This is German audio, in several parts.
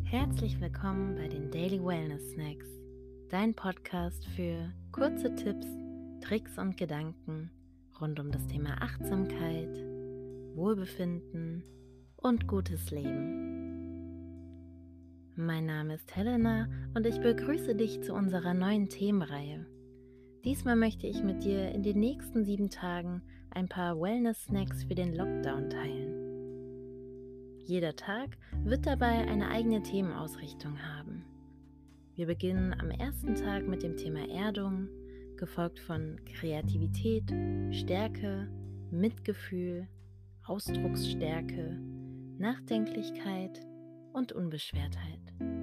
Herzlich willkommen bei den Daily Wellness Snacks, dein Podcast für kurze Tipps, Tricks und Gedanken rund um das Thema Achtsamkeit, Wohlbefinden und gutes Leben. Mein Name ist Helena und ich begrüße dich zu unserer neuen Themenreihe. Diesmal möchte ich mit dir in den nächsten 7 Tagen ein paar Wellness-Snacks für den Lockdown teilen. Jeder Tag wird dabei eine eigene Themenausrichtung haben. Wir beginnen am ersten Tag mit dem Thema Erdung, gefolgt von Kreativität, Stärke, Mitgefühl, Ausdrucksstärke, Nachdenklichkeit und Unbeschwertheit.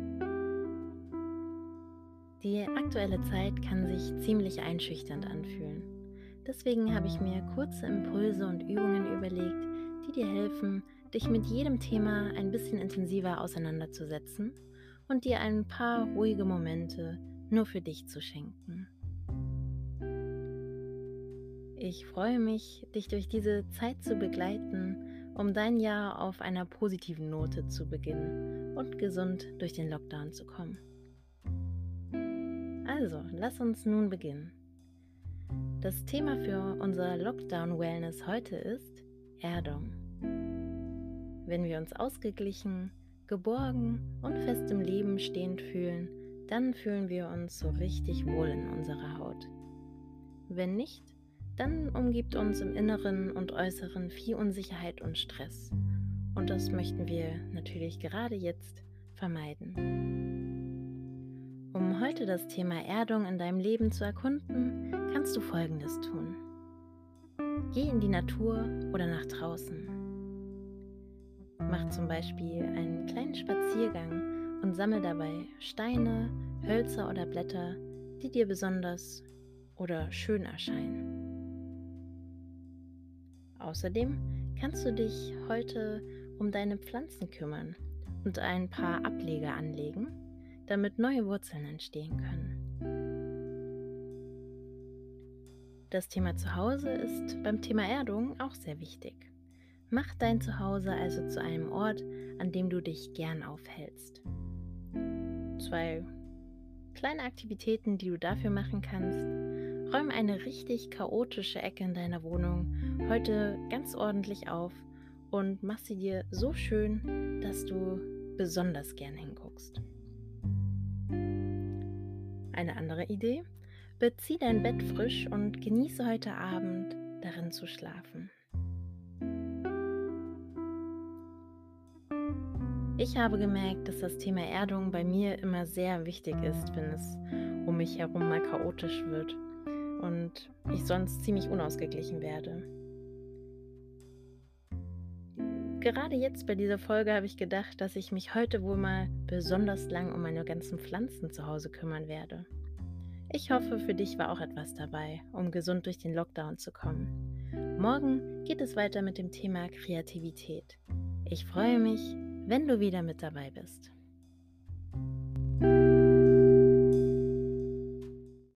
Die aktuelle Zeit kann sich ziemlich einschüchternd anfühlen. Deswegen habe ich mir kurze Impulse und Übungen überlegt, die dir helfen, dich mit jedem Thema ein bisschen intensiver auseinanderzusetzen und dir ein paar ruhige Momente nur für dich zu schenken. Ich freue mich, dich durch diese Zeit zu begleiten, um dein Jahr auf einer positiven Note zu beginnen und gesund durch den Lockdown zu kommen. Also, lass uns nun beginnen. Das Thema für unser Lockdown-Wellness heute ist Erdung. Wenn wir uns ausgeglichen, geborgen und fest im Leben stehend fühlen, dann fühlen wir uns so richtig wohl in unserer Haut. Wenn nicht, dann umgibt uns im Inneren und Äußeren viel Unsicherheit und Stress. Und das möchten wir natürlich gerade jetzt vermeiden. Um heute das Thema Erdung in deinem Leben zu erkunden, kannst du Folgendes tun. Geh in die Natur oder nach draußen. Mach zum Beispiel einen kleinen Spaziergang und sammle dabei Steine, Hölzer oder Blätter, die dir besonders oder schön erscheinen. Außerdem kannst du dich heute um deine Pflanzen kümmern und ein paar Ableger anlegen, damit neue Wurzeln entstehen können. Das Thema Zuhause ist beim Thema Erdung auch sehr wichtig. Mach dein Zuhause also zu einem Ort, an dem du dich gern aufhältst. 2 kleine Aktivitäten, die du dafür machen kannst. Räum eine richtig chaotische Ecke in deiner Wohnung heute ganz ordentlich auf und mach sie dir so schön, dass du besonders gern hinguckst. Eine andere Idee? Bezieh dein Bett frisch und genieße heute Abend, darin zu schlafen. Ich habe gemerkt, dass das Thema Erdung bei mir immer sehr wichtig ist, wenn es um mich herum mal chaotisch wird und ich sonst ziemlich unausgeglichen werde. Gerade jetzt bei dieser Folge habe ich gedacht, dass ich mich heute wohl mal besonders lang um meine ganzen Pflanzen zu Hause kümmern werde. Ich hoffe, für dich war auch etwas dabei, um gesund durch den Lockdown zu kommen. Morgen geht es weiter mit dem Thema Kreativität. Ich freue mich, wenn du wieder mit dabei bist.